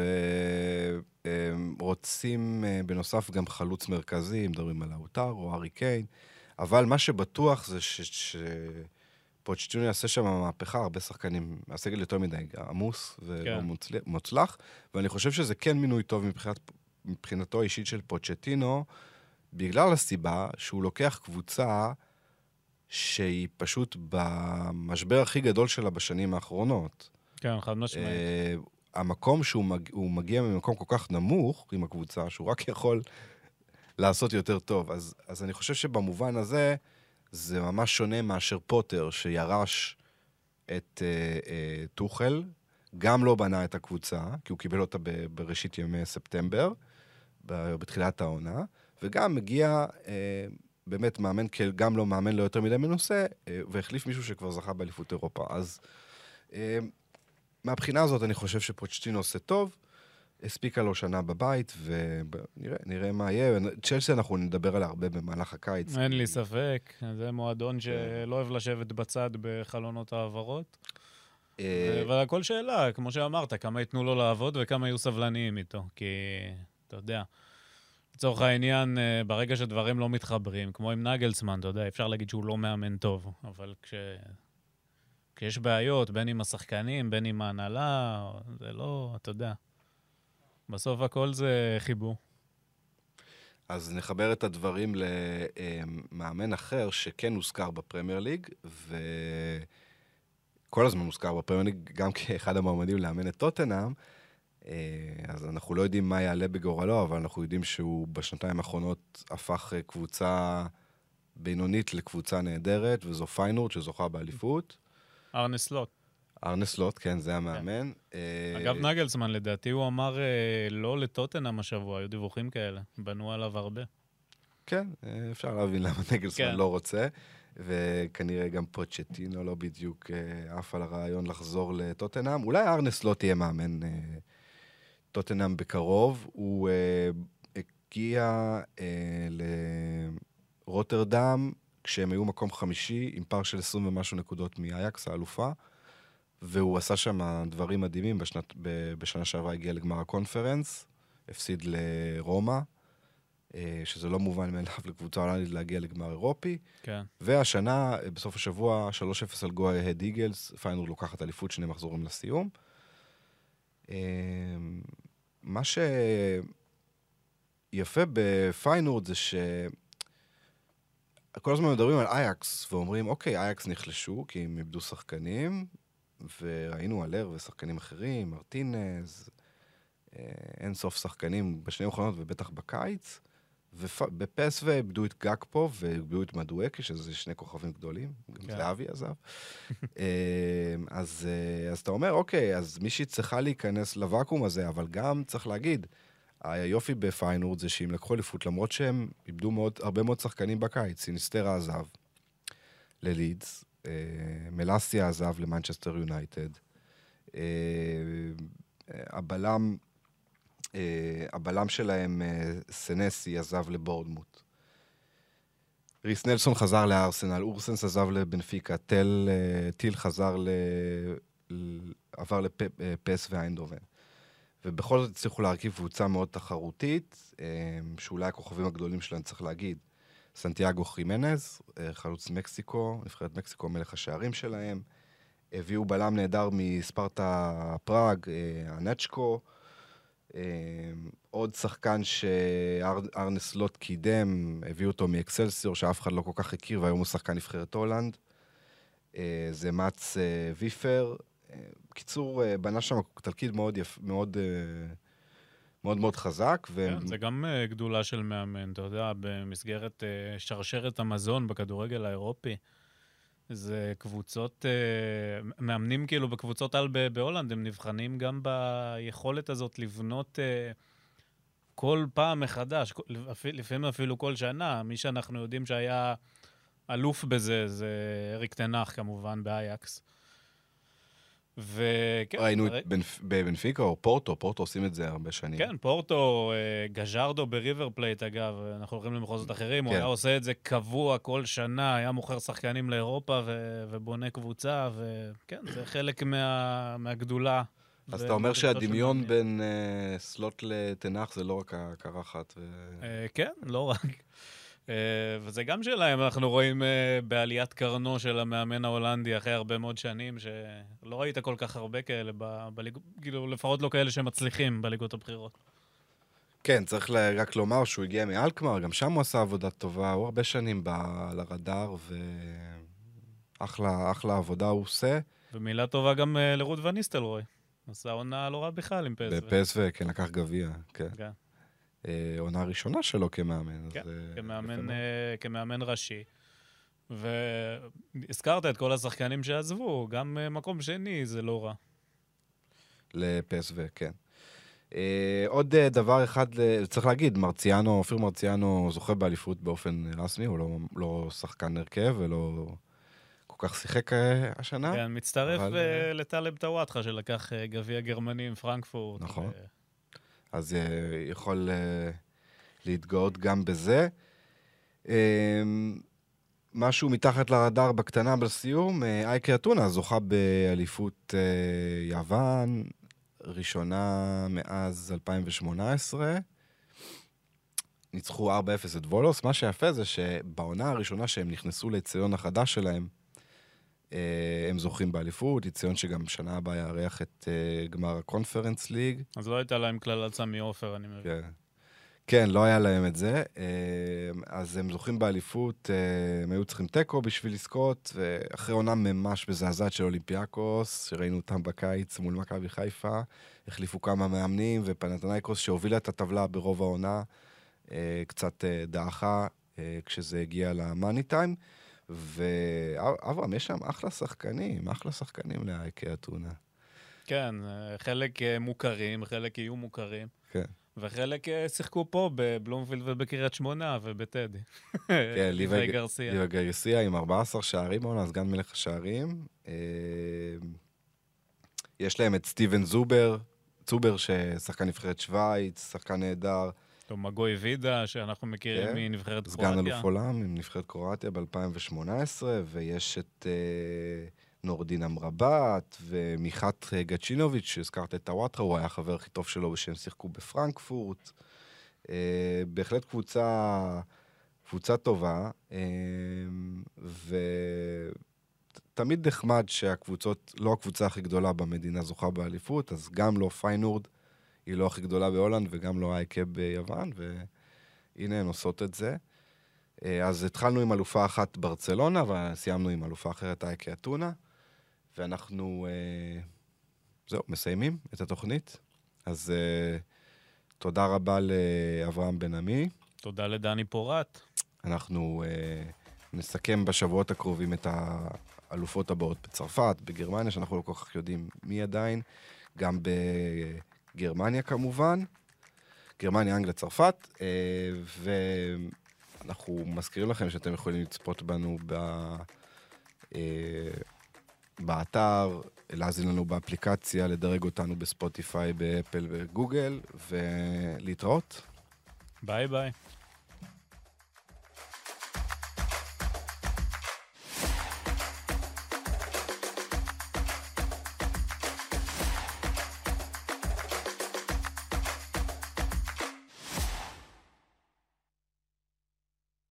ורוצים בנוסף גם חלוץ מרכזי, מדברים על האוטר או ארי קיין, אבל מה שבטוח זה שפוצ'טינו יעשה שם מהפכה, הרבה שחקנים, הסגל יותר מדי עמוס ולא מוצלח, ואני חושב שזה כן מינוי טוב מבחינת, מבחינתו האישית של פוצ'טינו, בגלל הסיבה שהוא לוקח קבוצה שהיא פשוט במשבר הכי גדול שלה בשנים האחרונות. כן, חד משמעית. המקום שהוא מגיע, הוא מגיע ממקום כל כך נמוך עם הקבוצה, שהוא רק יכול לעשות יותר טוב. אז, אז אני חושב שבמובן הזה, זה ממש שונה מאשר פוטר, שירש את אה, אה, טוחל, גם לא בנה את הקבוצה, כי הוא קיבל אותה ב, בראשית ימי ספטמבר, בתחילת העונה, וגם מגיע אה, באמת מאמן, גם לא מאמן לא יותר מדי מנוסה, אה, והחליף מישהו שכבר זכה באליפות אירופה. אז... אה, מהבחינה הזאת אני חושב שפוצ'טינו עושה טוב, הספיקה לו שנה בבית, ונראה מה יהיה. צ'לסי אנחנו נדבר עליה הרבה במהלך הקיץ. אין לי ספק, זה מועדון שלא אוהב לשבת בצד בחלונות העברות. אבל הכל שאלה, כמו שאמרת, כמה ייתנו לו לעבוד וכמה יהיו סבלניים איתו, כי אתה יודע, לצורך העניין, ברגע שדברים לא מתחברים, כמו עם נגלסמן, אתה יודע, אפשר להגיד שהוא לא מאמן טוב, אבל כש... כשיש בעיות, בין עם השחקנים, בין עם ההנהלה, זה לא, אתה יודע. בסוף הכל זה חיבור. אז נחבר את הדברים למאמן אחר שכן הוזכר בפרמייר ליג, וכל הזמן הוזכר בפרמייר ליג, גם כאחד המועמדים לאמן את טוטנהאם, אז אנחנו לא יודעים מה יעלה בגורלו, אבל אנחנו יודעים שהוא בשנתיים האחרונות הפך קבוצה בינונית לקבוצה נהדרת, וזו פיינורד שזוכה באליפות. ארנה סלוט. ארנה סלוט, כן, זה המאמן. אגב, נגלסמן, לדעתי, הוא אמר לא לטוטנהאם השבוע, היו דיווחים כאלה, בנו עליו הרבה. כן, אפשר להבין למה נגלסמן לא רוצה, וכנראה גם פוצ'טינו לא בדיוק עף על הרעיון לחזור לטוטנהאם. אולי ארנה סלוט תהיה מאמן טוטנהאם בקרוב. הוא הגיע לרוטרדם, כשהם היו מקום חמישי, עם פער של עשרים ומשהו נקודות מאייקס, האלופה, והוא עשה שם דברים מדהימים. בשנת, בשנה שעברה הגיע לגמר הקונפרנס, הפסיד לרומא, שזה לא מובן מאליו לקבוצה הולנדית להגיע לגמר אירופי. כן. והשנה, בסוף השבוע, שלוש אפס על גו ההד איגלס, פיינורד לוקחת אליפות שני מחזורים לסיום. מה שיפה בפיינורד זה ש... כל הזמן מדברים על אייקס, ואומרים, אוקיי, אייקס נחלשו, כי הם איבדו שחקנים, וראינו אלר ושחקנים אחרים, מרטינז, אין סוף שחקנים בשני האחרונות, ובטח בקיץ, ובפסו איבדו את גאקפו, ואיבדו את מדואקי, שזה שני כוכבים גדולים, גם זהבי עזב. אז, אז אתה אומר, אוקיי, אז מישהי צריכה להיכנס לוואקום הזה, אבל גם צריך להגיד, היופי בפיינורד זה שהם לקחו אליפות, למרות שהם איבדו מאוד, הרבה מאוד שחקנים בקיץ. סיניסטרה עזב ללידס, אה, מלאסיה עזב למנצ'סטר יונייטד, אה, הבלם, אה, הבלם שלהם, אה, סנסי, עזב לבורדמוט. ריס נלסון חזר לארסנל, אורסנס עזב לבנפיקה, טל, אה, טיל חזר ל... עבר לפס ואיינדובן. ובכל זאת הצליחו להרכיב קבוצה מאוד תחרותית, שאולי הכוכבים הגדולים שלהם צריך להגיד, סנטיאגו חימנז, חלוץ מקסיקו, נבחרת מקסיקו, מלך השערים שלהם, הביאו בלם נהדר מספרטה פראג, הנצ'קו, עוד שחקן שארנה סלוט קידם, הביאו אותו מאקסלסיור, שאף אחד לא כל כך הכיר, והיום הוא שחקן נבחרת הולנד, זה מאץ ויפר, קיצור, בנה שם תלכיד מאוד יפ... מאוד, מאוד מאוד חזק. ו... כן, זה גם גדולה של מאמן, אתה יודע, במסגרת שרשרת המזון בכדורגל האירופי. זה קבוצות, מאמנים כאילו בקבוצות על בהולנד, הם נבחנים גם ביכולת הזאת לבנות כל פעם מחדש, לפעמים אפילו כל שנה. מי שאנחנו יודעים שהיה אלוף בזה, זה אריק תנח כמובן, באייקס. וכן, ראינו את בנפיקה או פורטו, פורטו עושים את זה הרבה שנים. כן, פורטו, גז'רדו בריבר פלייט, אגב, אנחנו הולכים למחוזות אחרים, הוא היה עושה את זה קבוע כל שנה, היה מוכר שחקנים לאירופה ובונה קבוצה, וכן, זה חלק מהגדולה. אז אתה אומר שהדמיון בין סלוט לתנח זה לא רק הקרחת? כן, לא רק. וזה גם שלהם, אנחנו רואים בעליית קרנו של המאמן ההולנדי אחרי הרבה מאוד שנים, שלא ראית כל כך הרבה כאלה, כאילו לפחות לא כאלה שמצליחים בליגות הבחירות. כן, צריך רק לומר שהוא הגיע מאלקמר, גם שם הוא עשה עבודה טובה, הוא הרבה שנים בא לרדאר, ואחלה אחלה עבודה הוא עושה. ומילה טובה גם לרות וניסטלרוי, עשה עונה לא רע בכלל עם פסו. בפסו, כן, לקח גביע, כן. כן. עונה ראשונה שלו כמאמן. כן, כמאמן, כמאמן ראשי. והזכרת את כל השחקנים שעזבו, גם מקום שני זה לא רע. לפסו, כן. עוד דבר אחד, צריך להגיד, מרציאנו, אופיר מרציאנו זוכה באליפות באופן רסמי, הוא לא, לא שחקן הרכב ולא כל כך שיחק השנה. כן, מצטרף אבל... לטלב טוואטחה, שלקח גביע גרמני עם פרנקפורט. נכון. ו... אז יכול להתגאות גם בזה. משהו מתחת לרדאר בקטנה בסיום, אייקה אתונה זוכה באליפות יוון, ראשונה מאז אלפיים שמונה עשרה. ניצחו ארבע אפס את וולוס. מה שיפה זה שבעונה הראשונה שהם נכנסו לציון החדש שלהם, הם זוכים באליפות, ציון שגם שנה הבאה יארח את גמר הקונפרנס ליג. אז לא הייתה להם כלל סמי עופר, אני מבין. כן. כן, לא היה להם את זה. אז הם זוכים באליפות, הם היו צריכים טקו בשביל לזכות, ואחרי עונה ממש מזעזעת של אולימפיאקוס, שראינו אותם בקיץ מול מכבי חיפה, החליפו כמה מאמנים, ופנתנייקוס שהובילה את הטבלה ברוב העונה, קצת דעכה כשזה הגיע למאני טיים, ואברהם, יש שם אחלה שחקנים, אחלה שחקנים לאייקה אתונה. כן, חלק מוכרים, חלק יהיו מוכרים. כן. וחלק שיחקו פה בבלומפילד ובקריית שמונה ובטדי. כן, ליבה גרסיה. ליבה גרסיה עם ארבעה עשר שערים, עונה, סגן מלך השערים. יש להם את סטיבן זובר, צובר ששחקן נבחרת שווייץ, שחקן נהדר. טוב, מגוי וידה, שאנחנו מכירים מנבחרת קרואטיה. סגן אלוף עולם עם נבחרת קרואטיה ב-אלפיים שמונה עשרה, ויש את נורדין אמרבת, ומיכת גצ'ינוביץ', שהזכרת את טוואטחה, הוא היה החבר הכי טוב שלו, שהם שיחקו בפרנקפורט. בהחלט קבוצה, קבוצה טובה, ותמיד נחמד שהקבוצות, לא הקבוצה הכי גדולה במדינה זוכה באליפות, אז גם לא פיינורד, היא לא הכי גדולה בהולנד, וגם לא אייקה ביוון, והנה הן עושות את זה. אז התחלנו עם אלופה אחת ברצלונה, וסיימנו עם אלופה אחרת, אייקה אתונה, ואנחנו, זהו, מסיימים את התוכנית. אז תודה רבה לאברהם בן עמי. תודה לדני פורט. אנחנו נסכם בשבועות הקרובים את האלופות הבאות בצרפת, בגרמניה, שאנחנו לא כל כך יודעים מי עדיין, גם ב... גרמניה כמובן, גרמניה, אנגליה, צרפת, ואנחנו מזכירים לכם שאתם יכולים לצפות בנו באתר, להזין לנו באפליקציה, לדרג אותנו בספוטיפיי, באפל וגוגל, ולהתראות. ביי ביי.